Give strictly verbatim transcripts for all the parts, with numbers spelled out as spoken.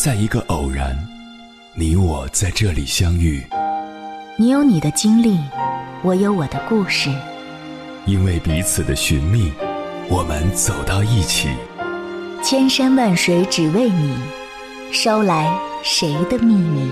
在一个偶然，你我在这里相遇。 你有你的经历，我有我的故事。 因为彼此的寻觅，我们走到一起。 千山万水只为你，捎来谁的秘密？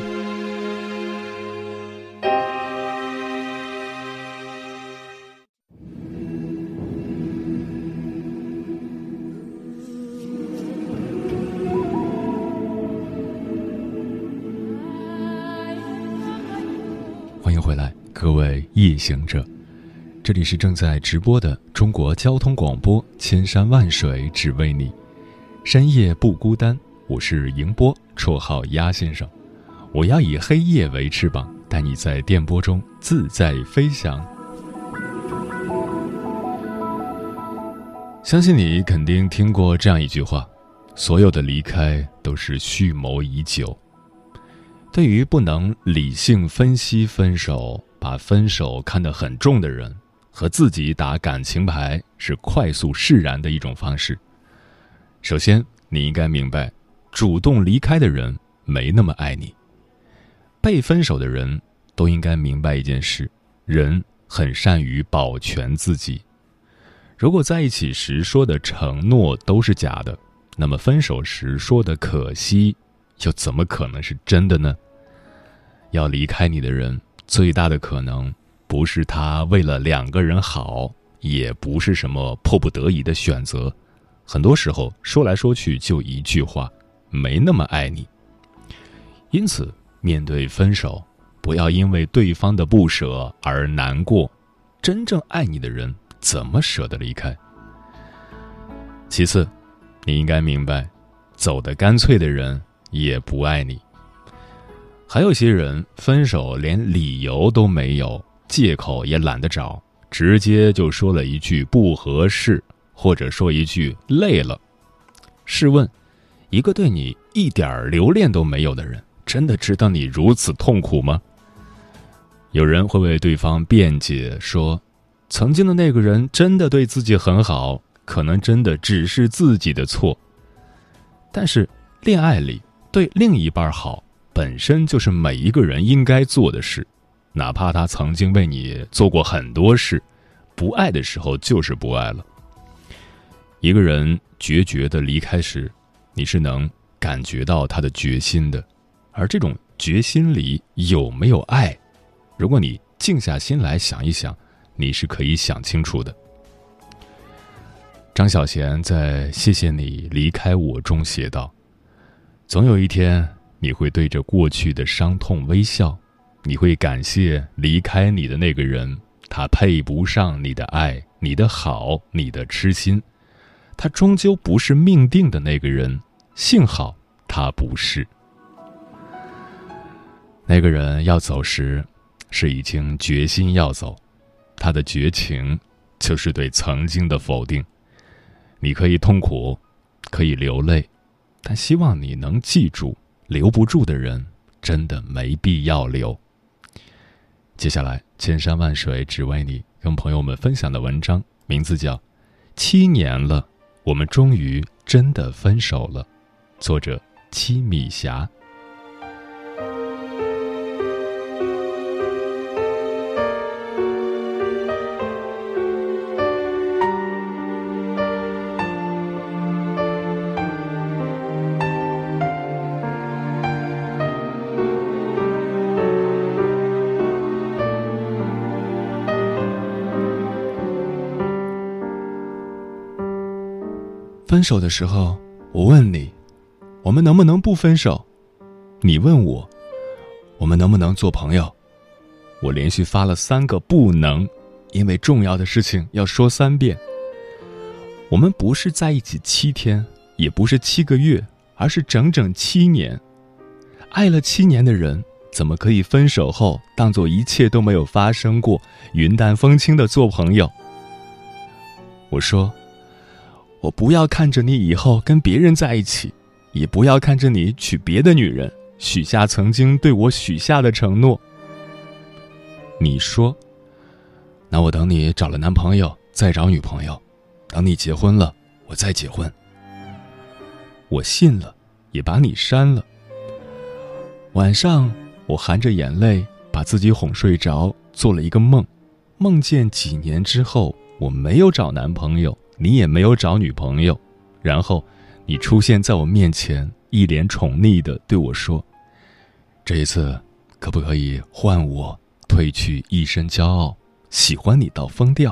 欢迎回来，各位夜行者，这里是正在直播的中国交通广播，千山万水只为你，深夜不孤单。我是迎波，绰号鸭先生。我要以黑夜为翅膀，带你在电波中自在飞翔。相信你肯定听过这样一句话：所有的离开都是蓄谋已久。对于不能理性分析分手，把分手看得很重的人，和自己打感情牌是快速释然的一种方式。首先，你应该明白，主动离开的人没那么爱你。被分手的人都应该明白一件事：人很善于保全自己。如果在一起时说的承诺都是假的，那么分手时说的可惜又怎么可能是真的呢？要离开你的人，最大的可能不是他为了两个人好，也不是什么迫不得已的选择。很多时候说来说去就一句话，没那么爱你。因此，面对分手，不要因为对方的不舍而难过。真正爱你的人，怎么舍得离开？其次，你应该明白，走得干脆的人也不爱你。还有些人分手连理由都没有，借口也懒得找，直接就说了一句不合适，或者说一句累了。试问，一个对你一点留恋都没有的人，真的值得你如此痛苦吗？有人会为对方辩解说，曾经的那个人真的对自己很好，可能真的只是自己的错。但是恋爱里对另一半好本身就是每一个人应该做的事，哪怕他曾经为你做过很多事，不爱的时候就是不爱了。一个人决绝的离开时，你是能感觉到他的决心的，而这种决心里有没有爱，如果你静下心来想一想，你是可以想清楚的。张小娴在《谢谢你离开我》中写道，总有一天你会对着过去的伤痛微笑，你会感谢离开你的那个人，他配不上你的爱，你的好，你的痴心，他终究不是命定的那个人，幸好他不是。那个人要走时，是已经决心要走，他的绝情就是对曾经的否定。你可以痛苦，可以流泪，但希望你能记住，留不住的人真的没必要留。接下来，千山万水只为你跟朋友们分享的文章名字叫《七年了，我们终于真的分手了》，作者七米霞。分手的时候，我问你，我们能不能不分手？你问我，我们能不能做朋友？我连续发了三个不能，因为重要的事情要说三遍。我们不是在一起七天，也不是七个月，而是整整七年。爱了七年的人，怎么可以分手后当作一切都没有发生过，云淡风轻地做朋友？我说，我不要看着你以后跟别人在一起，也不要看着你娶别的女人，许下曾经对我许下的承诺。你说，那我等你找了男朋友再找女朋友，等你结婚了我再结婚。我信了，也把你删了， 晚上我含着眼泪把自己哄睡着，做了一个梦，梦见几年之后我没有找男朋友，你也没有找女朋友，然后你出现在我面前，一脸宠溺地对我说，这一次可不可以换我，褪去一身骄傲，喜欢你到疯掉。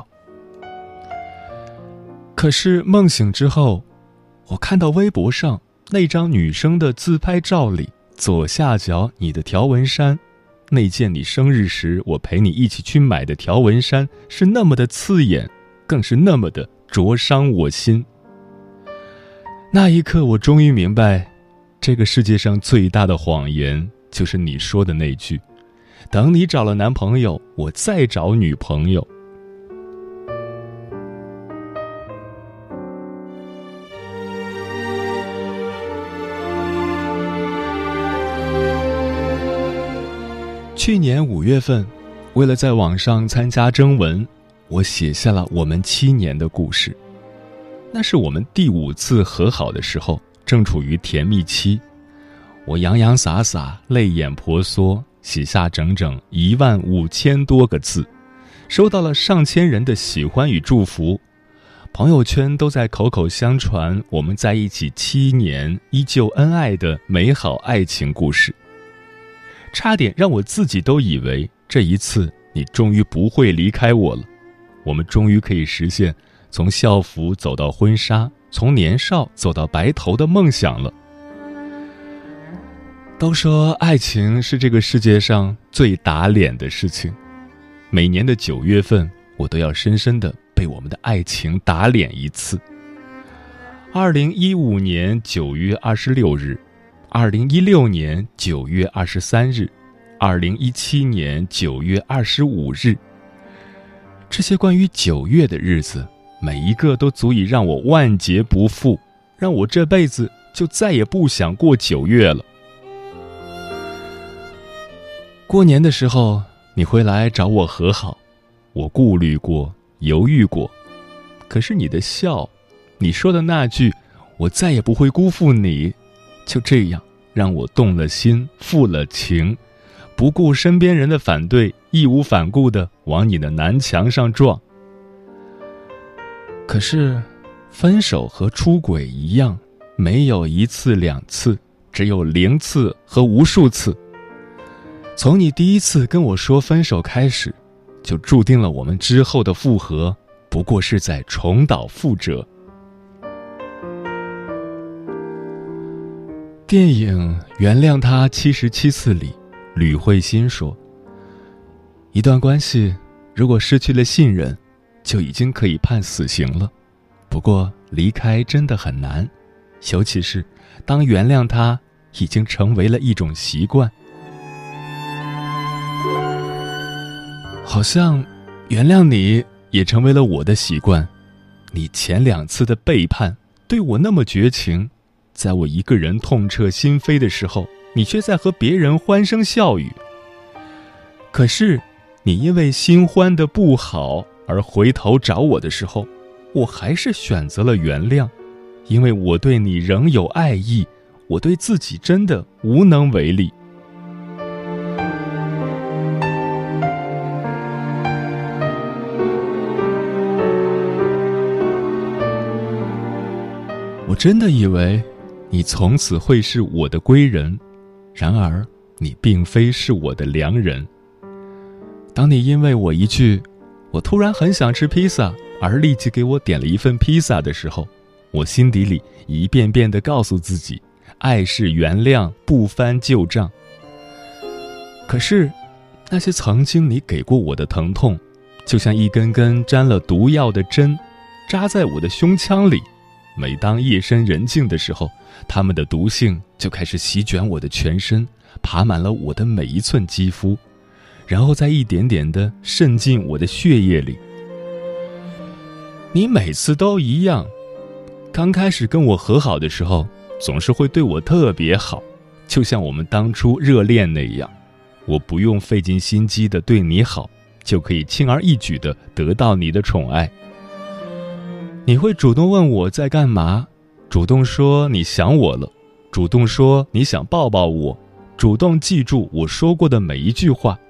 可是梦醒之后，我看到微博上那张女生的自拍照里，左下角你的条纹衫，那件你生日时我陪你一起去买的条纹衫是那么的刺眼，更是那么的灼伤我心。那一刻我终于明白，这个世界上最大的谎言就是你说的那句，等你找了男朋友，我再找女朋友。去年五月份，为了在网上参加征文，我写下了我们七年的故事。那是我们第五次和好的时候，正处于甜蜜期。我洋洋洒洒，泪眼婆娑，写下整整一万五千多个字，收到了上千人的喜欢与祝福。朋友圈都在口口相传我们在一起七年依旧恩爱的美好爱情故事。差点让我自己都以为这一次你终于不会离开我了，我们终于可以实现从校服走到婚纱，从年少走到白头的梦想了。都说爱情是这个世界上最打脸的事情，每年的九月份，我都要深深地被我们的爱情打脸一次。二零一五年九月二十六日，二零一六年九月二十三日，二零一七年九月二十五日。这些关于九月的日子，每一个都足以让我万劫不复，让我这辈子就再也不想过九月了。过年的时候，你会来找我和好，我顾虑过，犹豫过，可是你的笑，你说的那句我再也不会辜负你，就这样让我动了心，负了情，不顾身边人的反对，义无反顾地往你的南墙上撞。可是分手和出轨一样，没有一次两次，只有零次和无数次。从你第一次跟我说分手开始，就注定了我们之后的复合不过是在重蹈覆辙。电影《原谅他七十七次》里，吕慧欣说，一段关系如果失去了信任，就已经可以判死刑了。不过离开真的很难，尤其是当原谅他已经成为了一种习惯。好像原谅你也成为了我的习惯。你前两次的背叛，对我那么绝情，在我一个人痛彻心扉的时候，你却在和别人欢声笑语。可是你因为新欢的不好而回头找我的时候，我还是选择了原谅，因为我对你仍有爱意，我对自己真的无能为力。我真的以为你从此会是我的归人，然而你并非是我的良人。当你因为我一句我突然很想吃披萨而立即给我点了一份披萨的时候，我心底里一遍遍地告诉自己，爱是原谅，不翻旧账。可是那些曾经你给过我的疼痛，就像一根根沾了毒药的针，扎在我的胸腔里。每当夜深人静的时候，它们的毒性就开始席卷我的全身，爬满了我的每一寸肌肤，然后再一点点地渗进我的血液里。你每次都一样，刚开始跟我和好的时候，总是会对我特别好，就像我们当初热恋那样，我不用费尽心机地对你好，就可以轻而易举地得到你的宠爱。你会主动问我在干嘛，主动说你想我了，主动说你想抱抱我， 主动记住我说过的每一句话。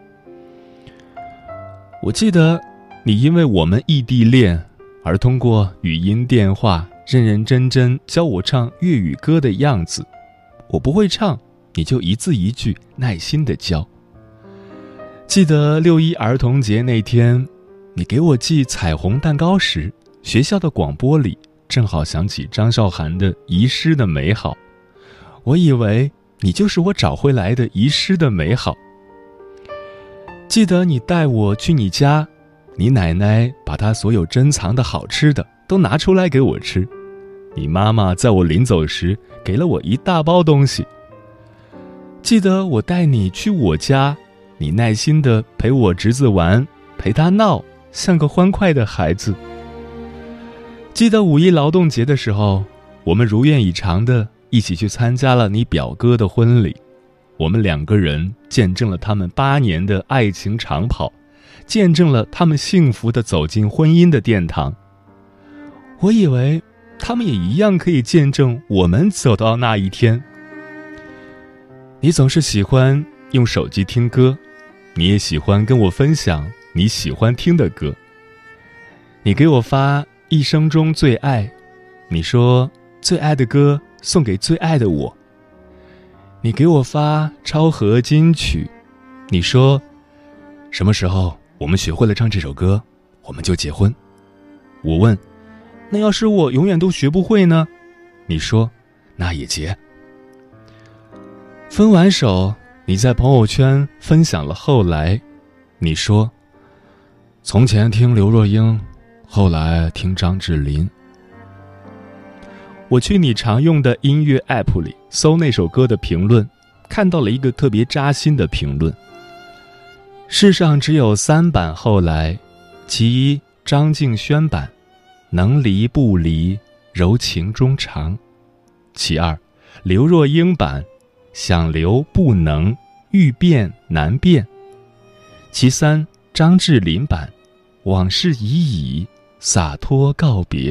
我记得你因为我们异地恋而通过语音电话认认真真教我唱粤语歌的样子，我不会唱，你就一字一句耐心地教。记得六一儿童节那天，你给我寄彩虹蛋糕时，学校的广播里正好响起张韶涵的《遗失的美好》，我以为你就是我找回来的遗失的美好。记得你带我去你家，你奶奶把她所有珍藏的好吃的都拿出来给我吃，你妈妈在我临走时给了我一大包东西。记得我带你去我家，你耐心地陪我侄子玩，陪他闹，像个欢快的孩子。记得五一劳动节的时候，我们如愿以偿地一起去参加了你表哥的婚礼，我们两个人见证了他们八年的爱情长跑，见证了他们幸福地走进婚姻的殿堂。我以为他们也一样可以见证我们走到那一天。你总是喜欢用手机听歌，你也喜欢跟我分享你喜欢听的歌。你给我发一生中最爱，你说最爱的歌送给最爱的我。你给我发超合金曲，你说什么时候我们学会了唱这首歌，我们就结婚。我问，那要是我永远都学不会呢？你说那也结。分完手，你在朋友圈分享了后来，你说从前听刘若英，后来听张智霖。我去你常用的音乐 app 里搜那首歌的评论，看到了一个特别扎心的评论。世上只有三版后来，其一张敬轩版，能离不离，柔情衷肠；其二刘若英版，想留不能，欲变难变；其三张智霖版，往事已矣，洒脱告别。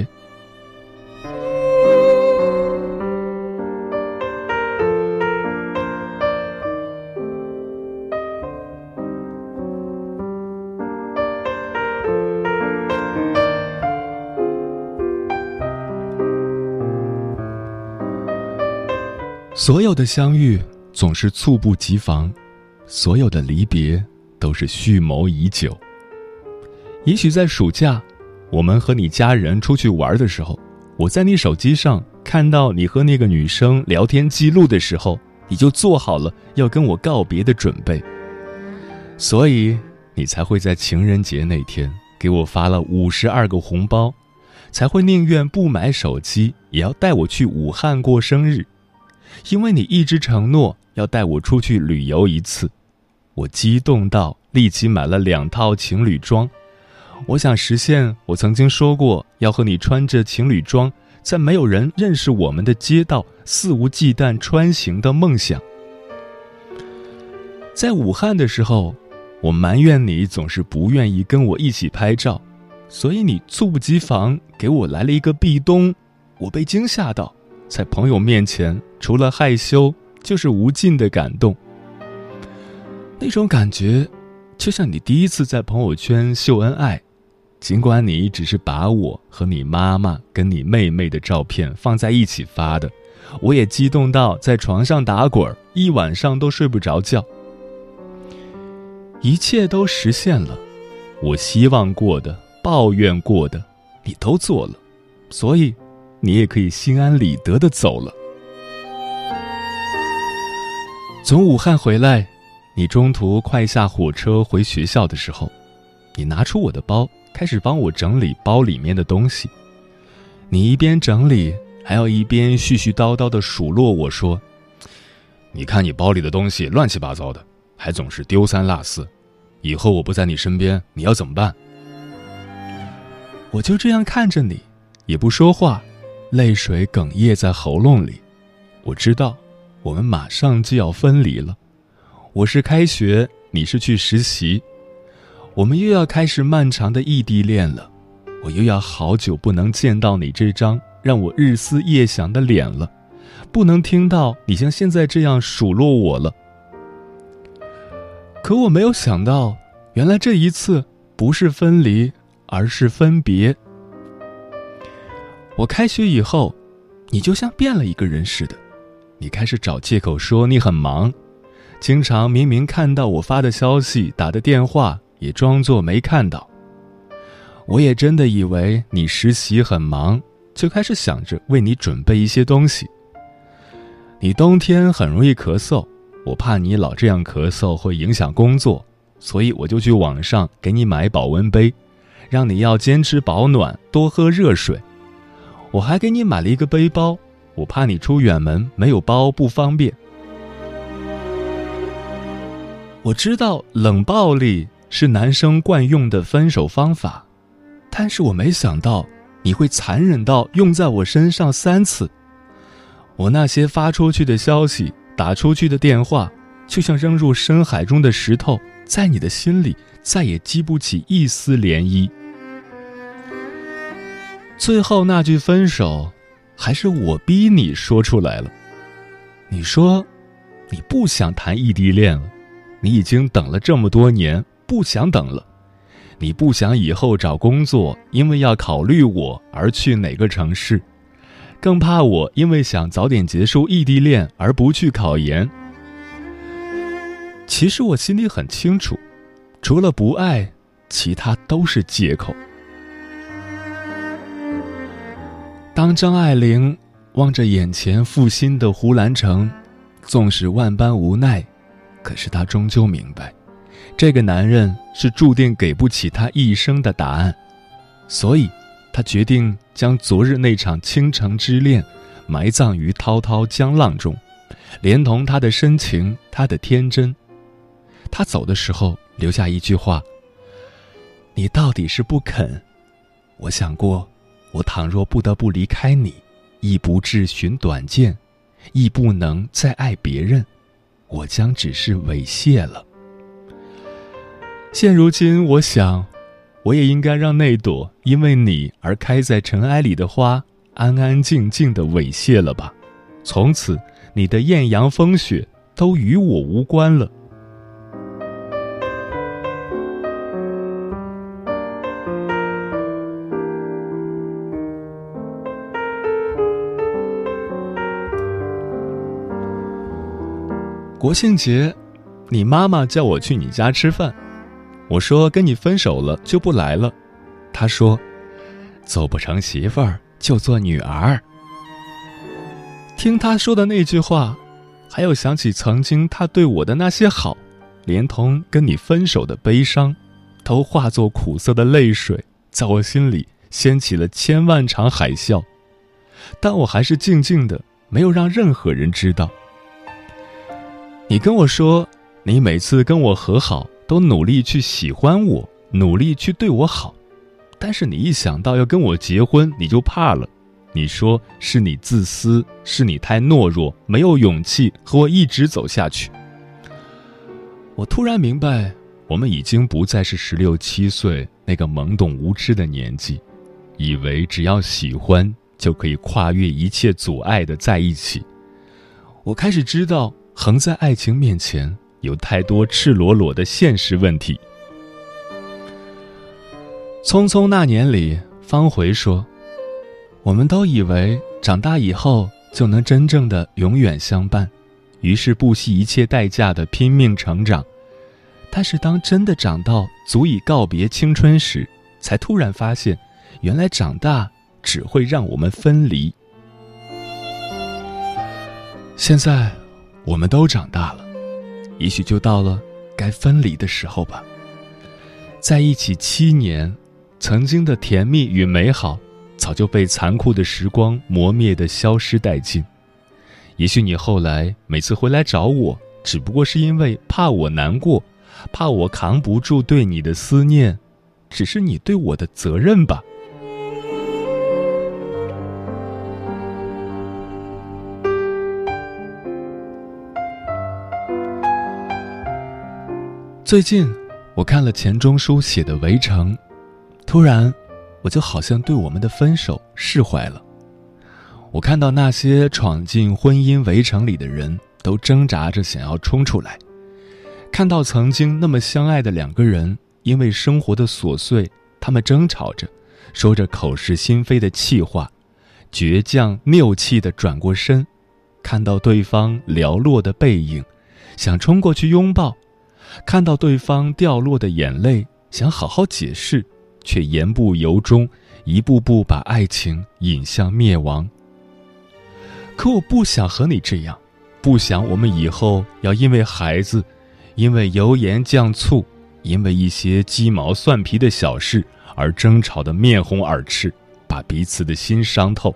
所有的相遇总是猝不及防，所有的离别都是蓄谋已久。也许在暑假，我们和你家人出去玩的时候，我在你手机上看到你和那个女生聊天记录的时候，你就做好了要跟我告别的准备。所以你才会在情人节那天给我发了五十二个红包，才会宁愿不买手机也要带我去武汉过生日。因为你一直承诺要带我出去旅游一次，我激动到立即买了两套情侣装。我想实现我曾经说过要和你穿着情侣装，在没有人认识我们的街道肆无忌惮穿行的梦想。在武汉的时候，我埋怨你总是不愿意跟我一起拍照，所以你猝不及防给我来了一个壁咚，我被惊吓到，在朋友面前除了害羞就是无尽的感动。那种感觉就像你第一次在朋友圈秀恩爱，尽管你只是把我和你妈妈跟你妹妹的照片放在一起发的，我也激动到在床上打滚，一晚上都睡不着觉。一切都实现了，我希望过的抱怨过的你都做了，所以你也可以心安理得地走了。从武汉回来，你中途快下火车回学校的时候，你拿出我的包，开始帮我整理包里面的东西。你一边整理，还要一边絮絮叨叨地数落我说，你看你包里的东西乱七八糟的，还总是丢三落四，以后我不在你身边，你要怎么办？我就这样看着你，也不说话，泪水哽咽在喉咙里。我知道我们马上就要分离了，我是开学，你是去实习，我们又要开始漫长的异地恋了，我又要好久不能见到你这张让我日思夜想的脸了，不能听到你像现在这样数落我了， 可我没有想到，原来这一次不是分离，而是分别。我开学以后，你就像变了一个人似的，你开始找借口说你很忙，经常明明看到我发的消息、打的电话，也装作没看到。我也真的以为你实习很忙，就开始想着为你准备一些东西。你冬天很容易咳嗽，我怕你老这样咳嗽会影响工作，所以我就去网上给你买保温杯，让你要坚持保暖，多喝热水。我还给你买了一个背包，我怕你出远门没有包不方便。我知道冷暴力是男生惯用的分手方法，但是我没想到你会残忍到用在我身上三次。我那些发出去的消息，打出去的电话，就像扔入深海中的石头，在你的心里再也激不起一丝涟漪。最后那句分手，还是我逼你说出来了。你说你不想谈异地恋了，你已经等了这么多年，不想等了。你不想以后找工作，因为要考虑我而去哪个城市，更怕我因为想早点结束异地恋而不去考研。其实我心里很清楚，除了不爱，其他都是借口。当张爱玲望着眼前负心的胡兰成，纵使万般无奈，可是她终究明白，这个男人是注定给不起她一生的答案，所以她决定将昨日那场倾城之恋埋葬于滔滔江浪中，连同她的深情，她的天真。她走的时候留下一句话：你到底是不肯。我想过，我倘若不得不离开你，亦不至寻短见，亦不能再爱别人，我将只是猥亵了。现如今我想，我也应该让那朵因为你而开在尘埃里的花安安静静地猥亵了吧，从此你的艳阳风雪都与我无关了。国庆节，你妈妈叫我去你家吃饭，我说跟你分手了就不来了。她说，做不成媳妇儿就做女儿。听她说的那句话，还有想起曾经她对我的那些好，连同跟你分手的悲伤，都化作苦涩的泪水，在我心里掀起了千万场海啸。但我还是静静的，没有让任何人知道。你跟我说，你每次跟我和好都努力去喜欢我，努力去对我好，但是你一想到要跟我结婚，你就怕了。你说是你自私，是你太懦弱，没有勇气和我一直走下去。我突然明白，我们已经不再是十六七岁那个懵懂无知的年纪，以为只要喜欢就可以跨越一切阻碍的在一起。我开始知道，横在爱情面前，有太多赤裸裸的现实问题。匆匆那年里，方茴说，我们都以为长大以后就能真正的永远相伴，于是不惜一切代价的拼命成长。但是当真的长到足以告别青春时，才突然发现，原来长大只会让我们分离。现在我们都长大了，也许就到了该分离的时候吧。在一起七年，曾经的甜蜜与美好早就被残酷的时光磨灭的消失殆尽。也许你后来每次回来找我，只不过是因为怕我难过，怕我扛不住对你的思念，只是你对我的责任吧。最近我看了钱钟书写的《围城》，突然我就好像对我们的分手释怀了。我看到那些闯进婚姻围城里的人都挣扎着想要冲出来， 看到曾经那么相爱的两个人，因为生活的琐碎，他们争吵着，说着口是心非的气话，倔强拗气地转过身，看到对方寥落的背影，想冲过去拥抱，看到对方掉落的眼泪，想好好解释，却言不由衷，一步步把爱情引向灭亡。可我不想和你这样，不想我们以后要因为孩子，因为油盐酱醋，因为一些鸡毛蒜皮的小事而争吵得面红耳赤，把彼此的心伤透。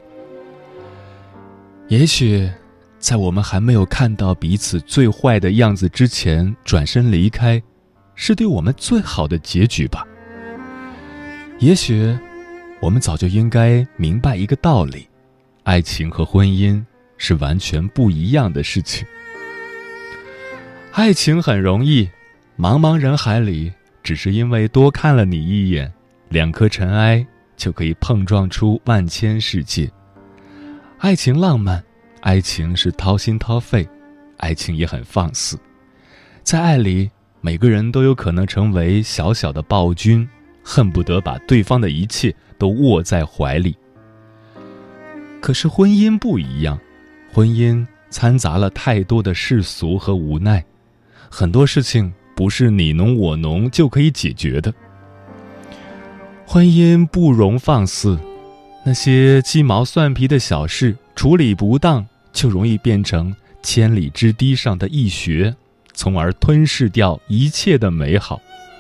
也许在我们还没有看到彼此最坏的样子之前转身离开，是对我们最好的结局吧。也许我们早就应该明白一个道理，爱情和婚姻是完全不一样的事情。爱情很容易，茫茫人海里，只是因为多看了你一眼，两颗尘埃就可以碰撞出万千世界。爱情浪漫，爱情是掏心掏肺，爱情也很放肆。在爱里，每个人都有可能成为小小的暴君，恨不得把对方的一切都握在怀里。可是婚姻不一样，婚姻掺杂了太多的世俗和无奈，很多事情不是你侬我侬就可以解决的。婚姻不容放肆，那些鸡毛蒜皮的小事处理不当，就容易变成千里之堤上的一穴，从而吞噬掉一切的美好。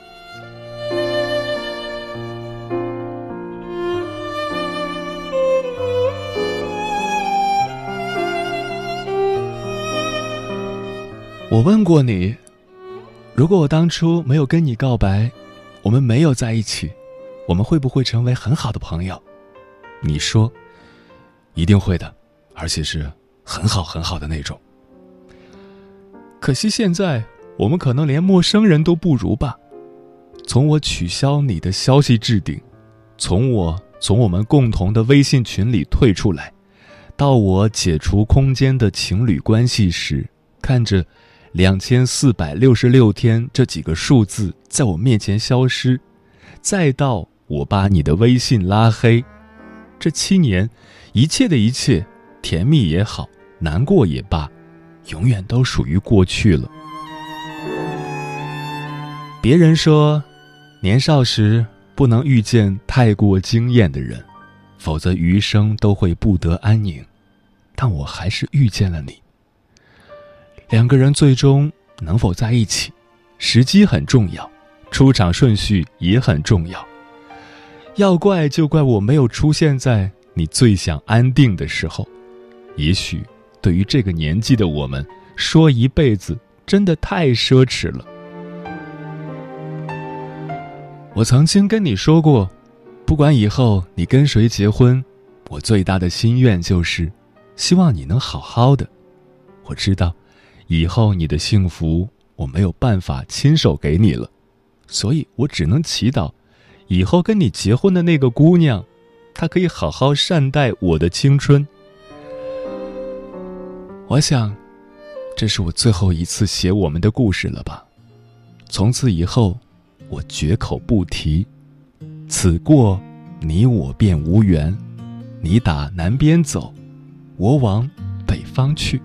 我问过你，如果我当初没有跟你告白，我们没有在一起，我们会不会成为很好的朋友？你说一定会的，而且是很好很好的那种。可惜现在我们可能连陌生人都不如吧。从我取消你的消息置顶，从我从我们共同的微信群里退出来，到我解除空间的情侣关系时，看着两千四百六十六天这几个数字在我面前消失，再到我把你的微信拉黑，这七年，一切的一切，甜蜜也好，难过也罢，永远都属于过去了。别人说，年少时不能遇见太过惊艳的人，否则余生都会不得安宁。但我还是遇见了你。两个人最终能否在一起，时机很重要，出场顺序也很重要。要怪就怪我没有出现在你最想安定的时候。也许对于这个年纪的我们，说一辈子真的太奢侈了。我曾经跟你说过，不管以后你跟谁结婚，我最大的心愿就是希望你能好好的。我知道以后你的幸福我没有办法亲手给你了，所以我只能祈祷以后跟你结婚的那个姑娘，她可以好好善待我的青春。我想这是我最后一次写我们的故事了吧。从此以后我绝口不提，此过你我便无缘，你打南边走，我往北方去。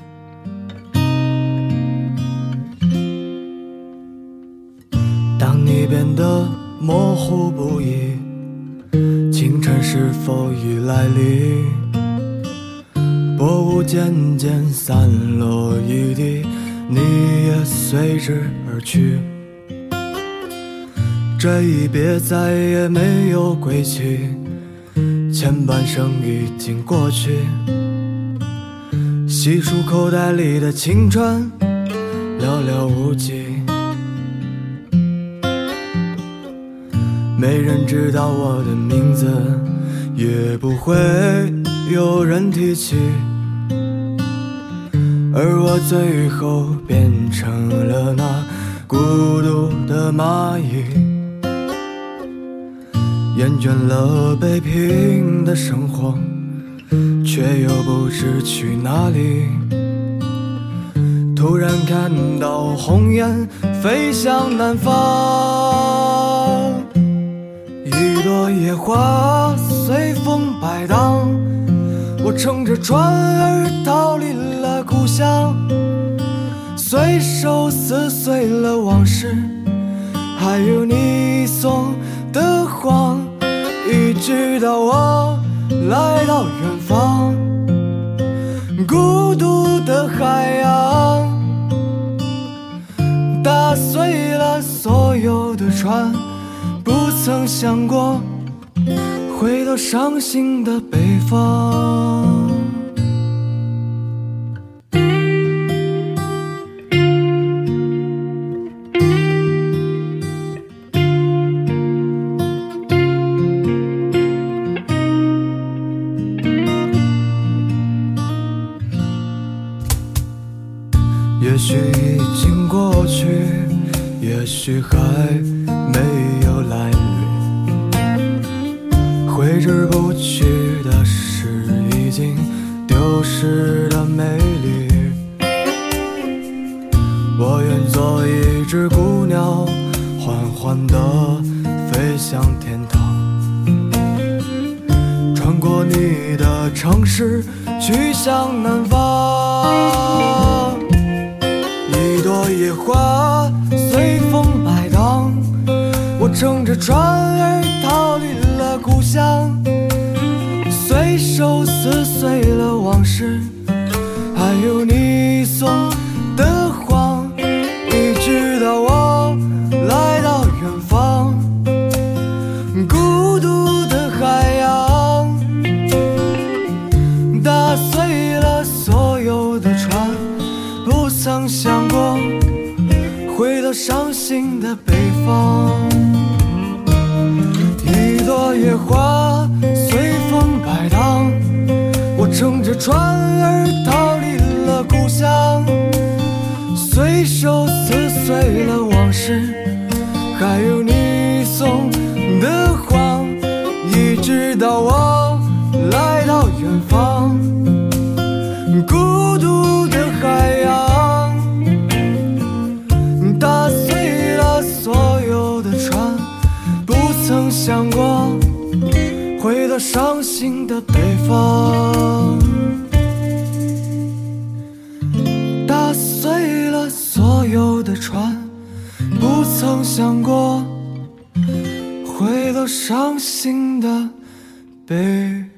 当你变得模糊不已，清晨是否已来临？薄雾渐渐散落一地，你也随之而去。这一别再也没有归期，前半生已经过去。细数口袋里的青春，寥寥无几。没人知道我的名字，也不会有人提起，而我最后变成了那孤独的蚂蚁，厌倦了北平的生活，却又不知去哪里。突突然看到鸿雁飞向南方，一朵野花随风摆荡，我乘着船儿逃离了故乡，随手撕碎了往事，还有你送的谎，一直到我来到远方，孤独的海洋打碎了所有的船，不曾想过回到伤心的北方。也许已经过去，也许还没有来临，挥之不去的是已经丢失的美丽。我愿做一只孤鸟，缓缓地飞向天堂，穿过你的城市，去向南方。一朵野花随风摆荡，我乘着船儿逃离了故乡，随手撕碎了往事，还有你送的谎，一直到我来到远方，孤独的海洋打碎了所有的船，不曾想过回到伤心的北方。一朵野花随风摆荡，我乘着船儿逃离了故乡，随手撕碎了往事，还有你送的谎，一直到我来到远方，孤独的海洋打碎了所有的船，不曾想过回到伤心的北方，打碎了所有的船，不曾想过回到伤心的北方。